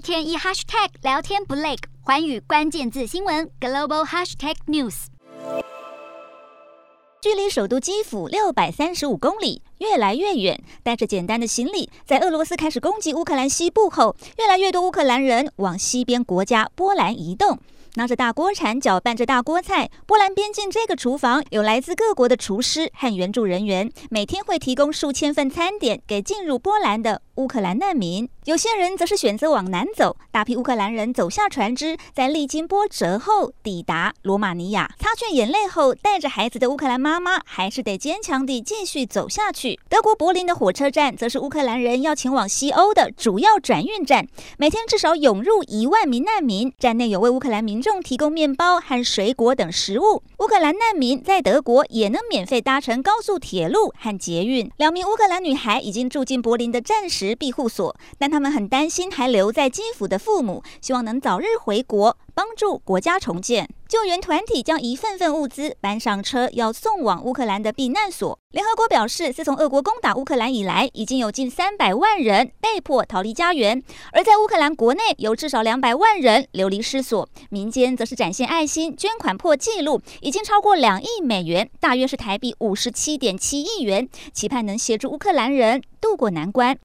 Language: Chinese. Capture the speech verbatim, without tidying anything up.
天一 hashtag 聊天不累，寰宇关键字新闻 global hashtag news。 距离首都基辅六百三十五公里，越来越远。带着简单的行李，在俄罗斯开始攻击乌克兰西部后，越来越多乌克兰人往西边国家波兰移动。拿着大锅铲搅拌着大锅菜，波兰边境这个厨房有来自各国的厨师和援助人员，每天会提供数千份餐点给进入波兰的乌克兰难民。有些人则是选择往南走，大批乌克兰人走下船只，在历经波折后抵达罗马尼亚。擦去眼泪后，带着孩子的乌克兰妈妈还是得坚强地继续走下去。德国柏林的火车站则是乌克兰人要前往西欧的主要转运站，每天至少涌入一万名难民，站内有为乌克兰民众提供面包和水果等食物。乌克兰难民在德国也能免费搭乘高速铁路和捷运。两名乌克兰女孩已经住进柏林的战时庇护所，但他们很担心还留在基辅的父母，希望能早日回国，帮助国家重建。救援团体将一份份物资搬上车，要送往乌克兰的避难所。联合国表示，自从俄国攻打乌克兰以来，已经有近三百万人被迫逃离家园，而在乌克兰国内有至少两百万人流离失所。民间则是展现爱心，捐款破纪录，已经超过两亿美元，大约是台币五十七点七亿元，期盼能协助乌克兰人渡过难关。